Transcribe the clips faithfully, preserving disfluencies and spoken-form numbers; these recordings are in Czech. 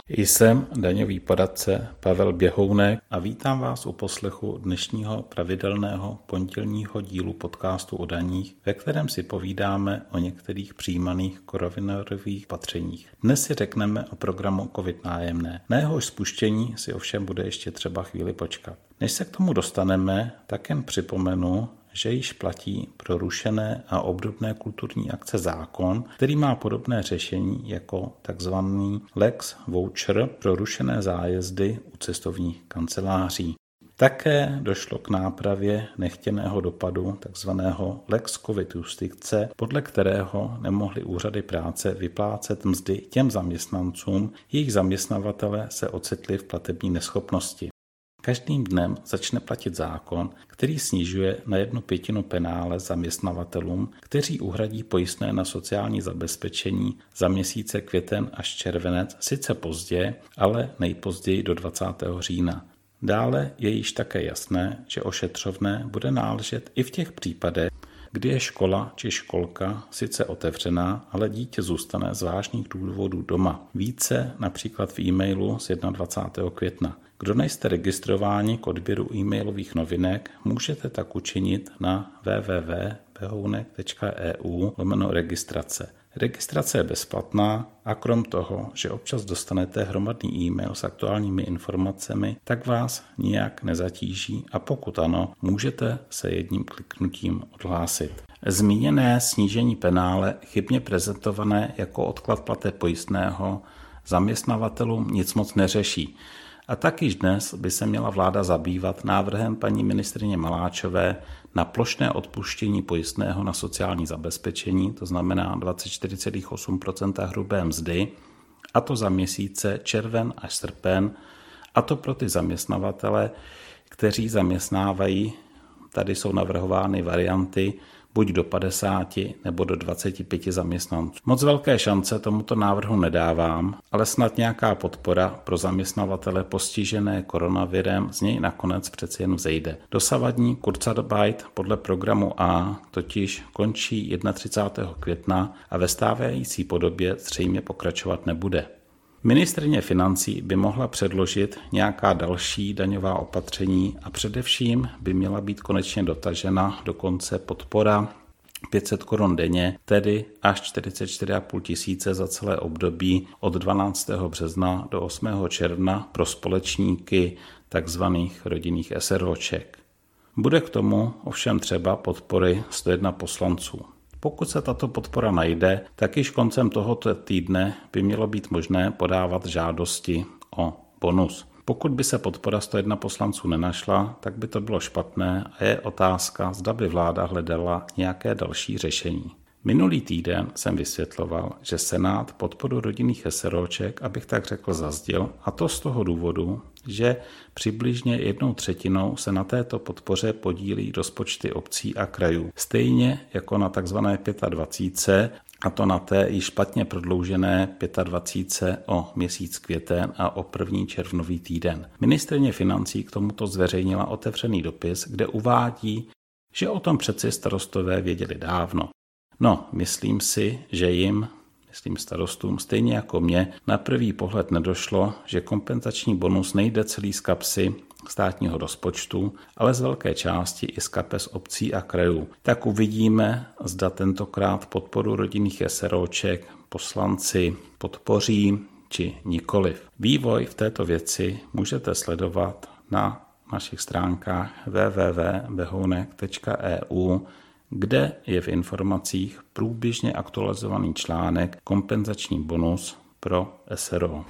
Jsem daňový poradce Pavel Běhounek a vítám vás u poslechu dnešního pravidelného pondělního dílu podcastu o daních, ve kterém si povídáme o některých přijímaných koronavirových opatřeních. Dnes si řekneme o programu COVID nájemné. Na jehož spuštění si ovšem bude ještě třeba chvíli počkat. Než se k tomu dostaneme, tak jen připomenu, že již platí pro rušené a obdobné kulturní akce zákon, který má podobné řešení jako takzvaný Lex Voucher pro rušené zájezdy u cestovních kanceláří. Také došlo k nápravě nechtěného dopadu takzvaného Lex Covid justice, podle kterého nemohly úřady práce vyplácet mzdy těm zaměstnancům, jejich zaměstnavatele se ocitli v platební neschopnosti. Každým dnem začne platit zákon, který snižuje na jednu pětinu penále zaměstnavatelům, kteří uhradí pojistné na sociální zabezpečení za měsíce květen až červenec, sice pozdě, ale nejpozději do dvacátého října. Dále je již také jasné, že ošetřovné bude náležet i v těch případech, kdy je škola či školka sice otevřená, ale dítě zůstane z vážných důvodů doma. Více například v e-mailu z dvacátého prvního května. Kdo nejste registrováni k odběru e-mailových novinek, můžete tak učinit na w w w tečka behounek tečka e u lomeno registrace. Registrace je bezplatná a krom toho, že občas dostanete hromadný e-mail s aktuálními informacemi, tak vás nijak nezatíží a pokud ano, můžete se jedním kliknutím odhlásit. Zmíněné snížení penále, chybně prezentované jako odklad plateb pojistného, zaměstnavatelům nic moc neřeší. A tak již dnes by se měla vláda zabývat návrhem paní ministryně Maláčové na plošné odpuštění pojistného na sociální zabezpečení, to znamená dvacet čtyři celá osm procenta hrubé mzdy, a to za měsíce červen až srpen, a to pro ty zaměstnavatele, kteří zaměstnávají, tady jsou navrhovány varianty, buď do padesáti nebo do dvaceti pěti zaměstnanců. Moc velké šance tomuto návrhu nedávám, ale snad nějaká podpora pro zaměstnavatele postižené koronavirem z něj nakonec přeci jen vzejde. Dosavadní Kurzarbeit podle programu A totiž končí třicátého prvního května a ve stávající podobě zřejmě pokračovat nebude. Ministryně financí by mohla předložit nějaká další daňová opatření a především by měla být konečně dotažena dokonce podpora pět set korun denně, tedy až čtyřicet čtyři a půl tisíce za celé období od dvanáctého března do osmého června pro společníky tzv. Rodinných eseróček. Bude k tomu ovšem třeba podpory sto jedna poslanců. Pokud se tato podpora najde, tak již koncem tohoto týdne by mělo být možné podávat žádosti o bonus. Pokud by se podpora sto jedna poslanců nenašla, tak by to bylo špatné a je otázka, zda by vláda hledala nějaké další řešení. Minulý týden jsem vysvětloval, že Senát podporu rodinných eseróček, abych tak řekl, zazdil, a to z toho důvodu, že přibližně jednou třetinou se na této podpoře podílí rozpočty obcí a krajů. Stejně jako na takzvané dvacet pět, a to na té již špatně prodloužené dvacet pět o měsíc květen a o první červnový týden. Ministryně financí k tomuto zveřejnila otevřený dopis, kde uvádí, že o tom přeci starostové věděli dávno. No, myslím si, že jim, myslím starostům, stejně jako mě, na první pohled nedošlo, že kompenzační bonus nejde celý z kapsy státního rozpočtu, ale z velké části i z kapes obcí a krajů. Tak uvidíme, zda tentokrát podporu rodinných eseróček poslanci podpoří či nikoliv. Vývoj v této věci můžete sledovat na našich stránkách w w w tečka behounek tečka e u, kde je v informacích průběžně aktualizovaný článek Kompenzační bonus pro es er o.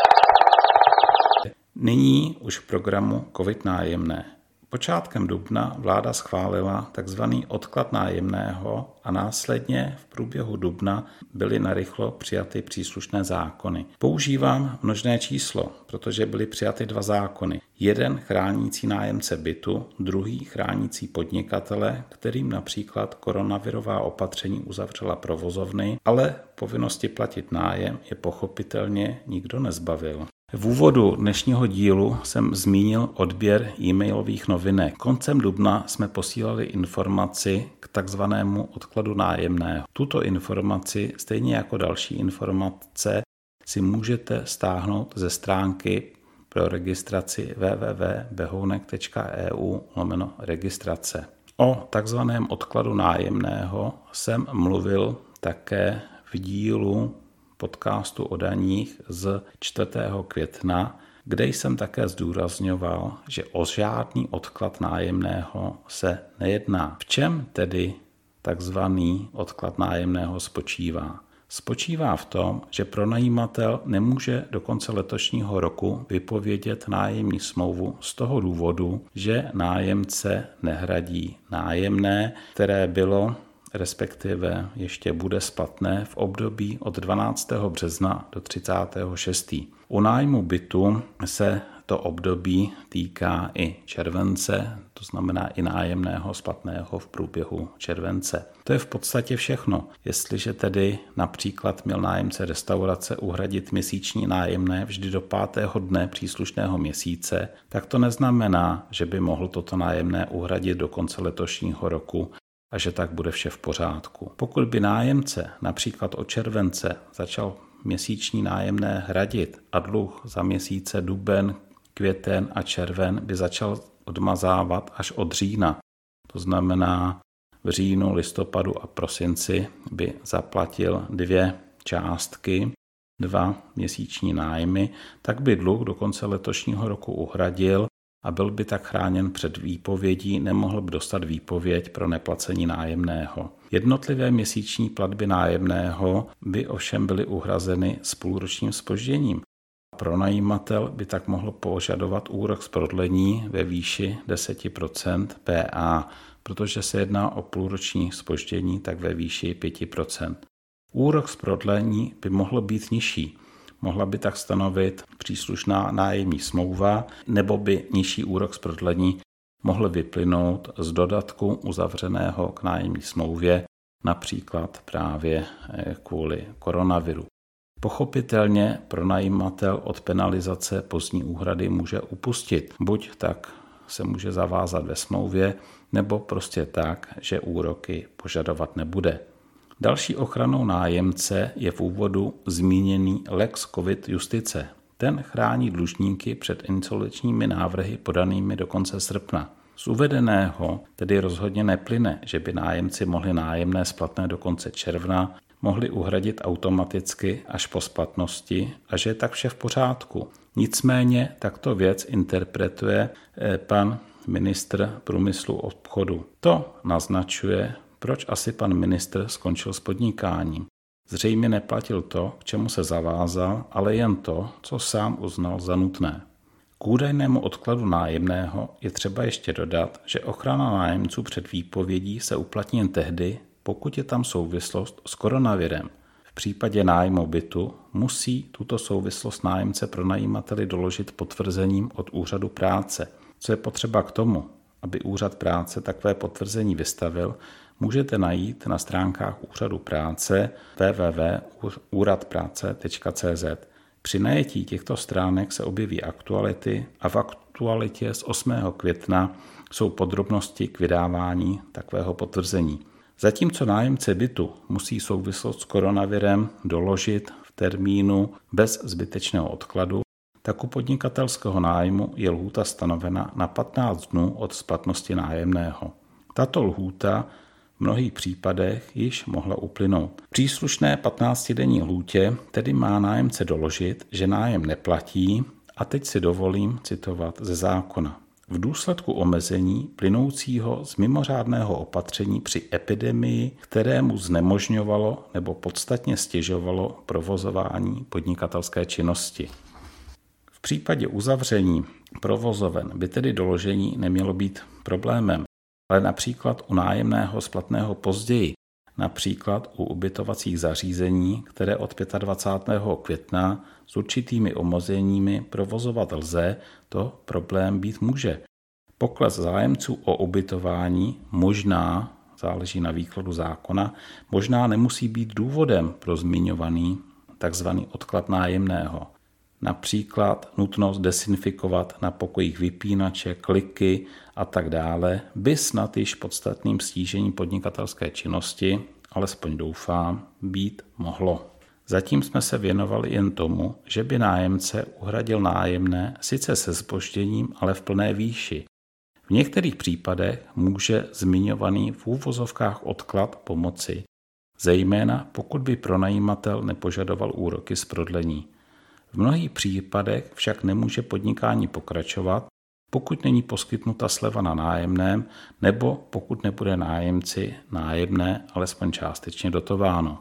Nyní už v programu COVID nájemné. Počátkem dubna vláda schválila tzv. Odklad nájemného a následně v průběhu dubna byly narychlo přijaty příslušné zákony. Používám množné číslo, protože byly přijaty dva zákony. Jeden chránící nájemce bytu, druhý chránící podnikatele, kterým například koronavirová opatření uzavřela provozovny, ale povinnosti platit nájem je pochopitelně nikdo nezbavil. V úvodu dnešního dílu jsem zmínil odběr e-mailových novinek. Koncem dubna jsme posílali informaci k takzvanému odkladu nájemného. Tuto informaci, stejně jako další informace, si můžete stáhnout ze stránky pro registraci w w w tečka behounek tečka e u lomeno registrace. O takzvaném odkladu nájemného jsem mluvil také v dílu podcastu o daních z čtvrtého května, kde jsem také zdůrazňoval, že o žádný odklad nájemného se nejedná. V čem tedy takzvaný odklad nájemného spočívá? Spočívá v tom, že pronajímatel nemůže do konce letošního roku vypovědět nájemní smlouvu z toho důvodu, že nájemce nehradí nájemné, které bylo, respektive ještě bude splatné v období od dvanáctého března do třicátého šestého U nájmu bytu se to období týká i července, to znamená i nájemného splatného v průběhu července. To je v podstatě všechno. Jestliže tedy například měl nájemce restaurace uhradit měsíční nájemné vždy do pátého dne příslušného měsíce, tak to neznamená, že by mohl toto nájemné uhradit do konce letošního roku a že tak bude vše v pořádku. Pokud by nájemce například od července začal měsíční nájemné hradit a dluh za měsíce duben, květen a červen by začal odmazávat až od října. To znamená v říjnu, listopadu a prosinci by zaplatil dvě částky, dva měsíční nájmy, tak by dluh do konce letošního roku uhradil a byl by tak chráněn před výpovědí, nemohl by dostat výpověď pro neplacení nájemného. Jednotlivé měsíční platby nájemného by ovšem byly uhrazeny s půlročním zpožděním. Pronajímatel by tak mohl požadovat úrok z prodlení ve výši deset procent P A, protože se jedná o půlroční zpoždění, tak ve výši pět procent. Úrok z prodlení by mohl být nižší. Mohla by tak stanovit příslušná nájemní smlouva, nebo by nižší úrok z prodlení mohl vyplynout z dodatku uzavřeného k nájemní smlouvě, například právě kvůli koronaviru. Pochopitelně pronajímatel od penalizace pozdní úhrady může upustit. Buď tak se může zavázat ve smlouvě, nebo prostě tak, že úroky požadovat nebude. Další ochranou nájemce je v úvodu zmíněný Lex Covid Justice. Ten chrání dlužníky před insolvenčními návrhy podanými do konce srpna. Z uvedeného tedy rozhodně neplyne, že by nájemci mohli nájemné splatné do konce června mohli uhradit automaticky až po splatnosti a že je tak vše v pořádku. Nicméně takto věc interpretuje pan ministr průmyslu a obchodu. To naznačuje, proč asi pan ministr skončil s podnikáním. Zřejmě neplatil to, k čemu se zavázal, ale jen to, co sám uznal za nutné. K údajnému odkladu nájemného je třeba ještě dodat, že ochrana nájemců před výpovědí se uplatní jen tehdy, pokud je tam souvislost s koronavirem. V případě nájmu bytu musí tuto souvislost nájemce pronajímateli doložit potvrzením od úřadu práce. Co je potřeba k tomu, aby úřad práce takové potvrzení vystavil, můžete najít na stránkách úřadu práce w w w tečka úrad práce tečka c z. Při najetí těchto stránek se objeví aktuality a v aktualitě z osmého května jsou podrobnosti k vydávání takového potvrzení. Zatímco nájemce bytu musí souvislost s koronavirem doložit v termínu bez zbytečného odkladu, tak u podnikatelského nájmu je lhůta stanovena na patnáct dnů od splatnosti nájemného. Tato lhůta v mnohých případech již mohla uplynout. V příslušné patnáctidenní lhůtě tedy má nájemce doložit, že nájem neplatí, a teď si dovolím citovat ze zákona. V důsledku omezení plynoucího z mimořádného opatření při epidemii, kterému znemožňovalo nebo podstatně stěžovalo provozování podnikatelské činnosti. V případě uzavření provozoven by tedy doložení nemělo být problémem, ale například u nájemného splatného později, například u ubytovacích zařízení, které od dvacátého pátého května s určitými omezeními provozovat lze, to problém být může. Pokles zájemců o ubytování možná, záleží na výkladu zákona, možná nemusí být důvodem pro zmiňovaný tzv. Odklad nájemného. Například nutnost desinfikovat na pokojích vypínače, kliky a tak dále, by snad již podstatným stížením podnikatelské činnosti, alespoň doufám, být mohlo. Zatím jsme se věnovali jen tomu, že by nájemce uhradil nájemné sice se zpožděním, ale v plné výši. V některých případech může zmiňovaný v úvozovkách odklad pomoci, zejména pokud by pronajímatel nepožadoval úroky z prodlení. V mnohých případech však nemůže podnikání pokračovat, pokud není poskytnuta sleva na nájemném nebo pokud nebude nájemci nájemné alespoň částečně dotováno.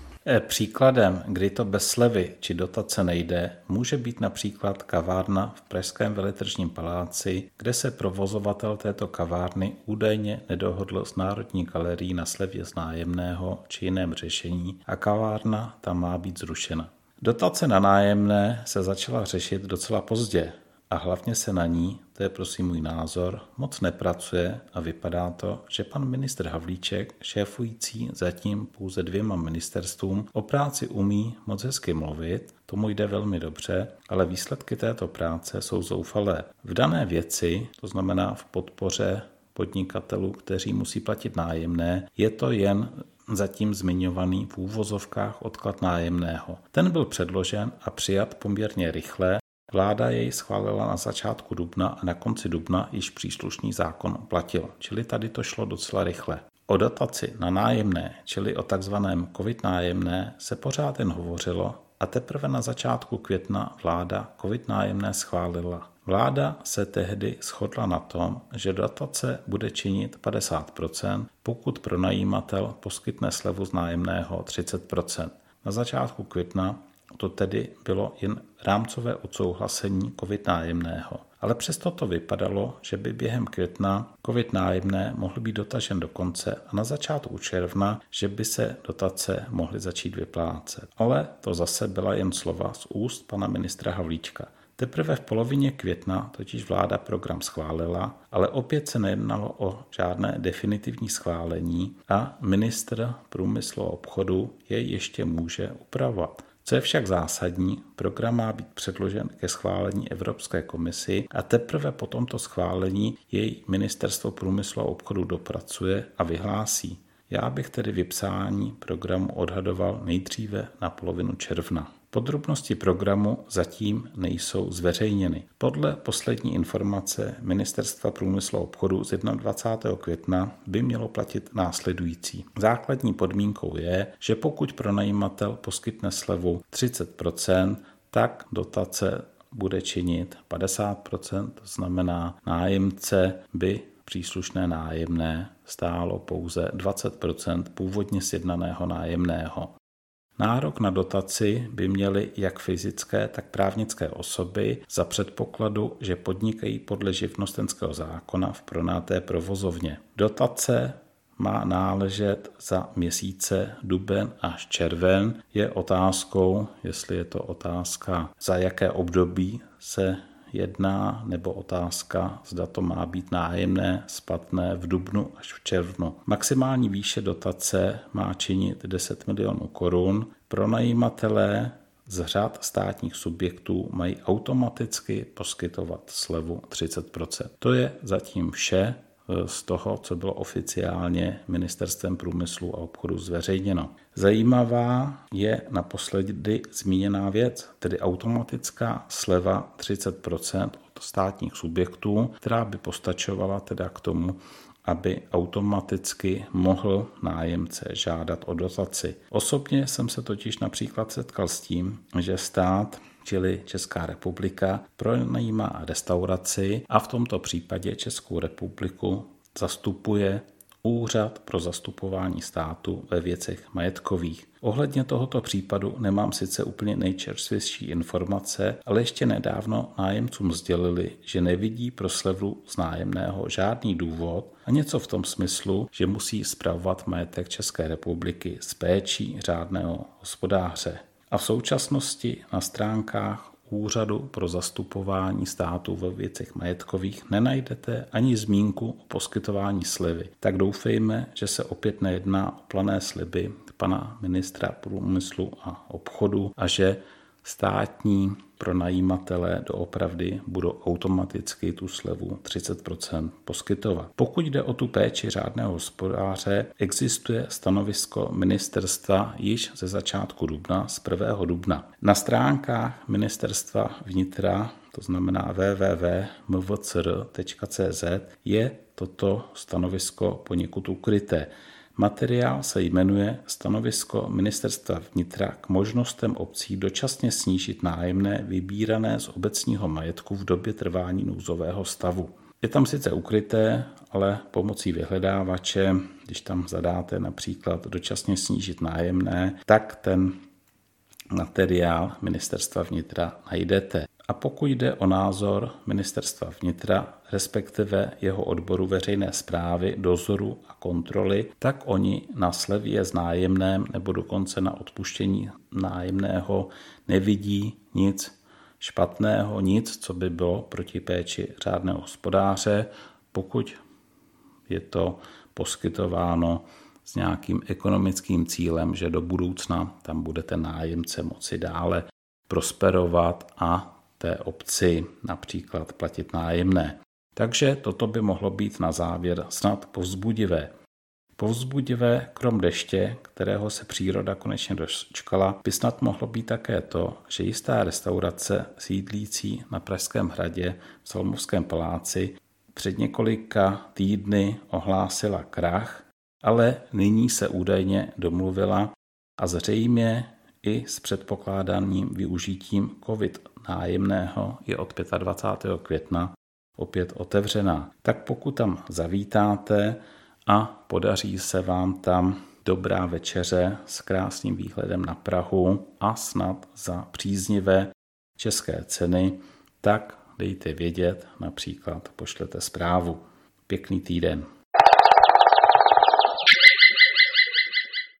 Příkladem, kdy to bez slevy či dotace nejde, může být například kavárna v pražském Veletržním paláci, kde se provozovatel této kavárny údajně nedohodl s Národní galerií na slevě z nájemného či jiném řešení a kavárna tam má být zrušena. Dotace na nájemné se začala řešit docela pozdě a hlavně se na ní, to je prosím můj názor, moc nepracuje a vypadá to, že pan ministr Havlíček, šéfující zatím pouze dvěma ministerstvům, o práci umí moc hezky mluvit, tomu jde velmi dobře, ale výsledky této práce jsou zoufalé. V dané věci, to znamená v podpoře podnikatelů, kteří musí platit nájemné, je to jen zatím zmiňovaný v úvozovkách odklad nájemného. Ten byl předložen a přijat poměrně rychle. Vláda jej schválila na začátku dubna a na konci dubna již příslušný zákon platil, čili tady to šlo docela rychle. O dotaci na nájemné, čili o takzvaném covid nájemné, se pořád jen hovořilo a teprve na začátku května vláda covid nájemné schválila. Vláda se tehdy shodla na tom, že dotace bude činit padesát procent, pokud pronajímatel poskytne slevu z nájemného třicet procent. Na začátku května to tedy bylo jen rámcové odsouhlasení covid nájemného. Ale přesto to vypadalo, že by během května covid nájemné mohl být dotažen do konce a na začátku června, že by se dotace mohly začít vyplácet. Ale to zase byla jen slova z úst pana ministra Havlíčka. Teprve v polovině května totiž vláda program schválila, ale opět se nejednalo o žádné definitivní schválení a ministr průmyslu a obchodu jej ještě může upravovat. Co je však zásadní, program má být předložen ke schválení Evropské komisi a teprve po tomto schválení jej Ministerstvo průmyslu a obchodu dopracuje a vyhlásí. Já bych tedy vypsání programu odhadoval nejdříve na polovinu června. Podrobnosti programu zatím nejsou zveřejněny. Podle poslední informace Ministerstva průmyslu a obchodu z dvacátého prvního května by mělo platit následující. Základní podmínkou je, že pokud pronajímatel poskytne slevu třicet procent, tak dotace bude činit padesát procent, to znamená nájemce by příslušné nájemné stálo pouze dvacet procent původně sjednaného nájemného. Nárok na dotaci by měly jak fyzické, tak právnické osoby za předpokladu, že podnikají podle živnostenského zákona v pronajaté provozovně. Dotace má náležet za měsíce duben až červen. Je otázkou, jestli je to otázka, za jaké období se jedná, nebo otázka, zda to má být nájemné splatné v dubnu až v červnu. Maximální výše dotace má činit deset milionů korun. Pronajímatelé z řad státních subjektů mají automaticky poskytovat slevu třicet procent. To je zatím vše z toho, co bylo oficiálně Ministerstvem průmyslu a obchodu zveřejněno. Zajímavá je naposledy zmíněná věc, tedy automatická sleva třicet procent od státních subjektů, která by postačovala teda k tomu, aby automaticky mohl nájemce žádat o dotaci. Osobně jsem se totiž například setkal s tím, že stát, čili Česká republika, pronajímá restauraci a v tomto případě Českou republiku zastupuje Úřad pro zastupování státu ve věcech majetkových. Ohledně tohoto případu nemám sice úplně nejčerstvější informace, ale ještě nedávno nájemcům sdělili, že nevidí pro slevu z nájemného žádný důvod a něco v tom smyslu, že musí spravovat majetek České republiky s péčí řádného hospodáře. A v současnosti na stránkách Úřadu pro zastupování státu ve věcech majetkových nenajdete ani zmínku o poskytování slevy. Tak doufejme, že se opět nejedná o plané sliby pana ministra průmyslu a obchodu a že státní pronajímatelé doopravdy budou automaticky tu slevu třicet procent poskytovat. Pokud jde o tu péči řádného hospodáře, existuje stanovisko ministerstva již ze začátku dubna, z prvního dubna. Na stránkách ministerstva vnitra, to znamená w w w tečka m v c r tečka c z, je toto stanovisko poněkud ukryté. Materiál se jmenuje Stanovisko ministerstva vnitra k možnostem obcí dočasně snížit nájemné vybírané z obecního majetku v době trvání nouzového stavu. Je tam sice ukryté, ale pomocí vyhledávače, když tam zadáte například dočasně snížit nájemné, tak ten materiál ministerstva vnitra najdete. A pokud jde o názor ministerstva vnitra, respektive jeho odboru veřejné správy, dozoru a kontroly, tak oni na slevě z nájemném nebo dokonce na odpuštění nájemného nevidí nic špatného, nic, co by bylo proti péči řádného hospodáře, pokud je to poskytováno s nějakým ekonomickým cílem, že do budoucna tam bude ten nájemce moci dále prosperovat a té obci například platit nájemné. Takže toto by mohlo být na závěr snad povzbudivé. Povzbudivé krom deště, kterého se příroda konečně dočkala, by snad mohlo být také to, že jistá restaurace sídlící na Pražském hradě v Salmovském paláci před několika týdny ohlásila krach, ale nyní se údajně domluvila a zřejmě i s předpokládaným využitím covid nájemného je od dvacátého pátého května opět otevřená. Tak pokud tam zavítáte a podaří se vám tam dobrá večeře s krásným výhledem na Prahu a snad za příznivé české ceny, tak dejte vědět, například pošlete zprávu. Pěkný týden.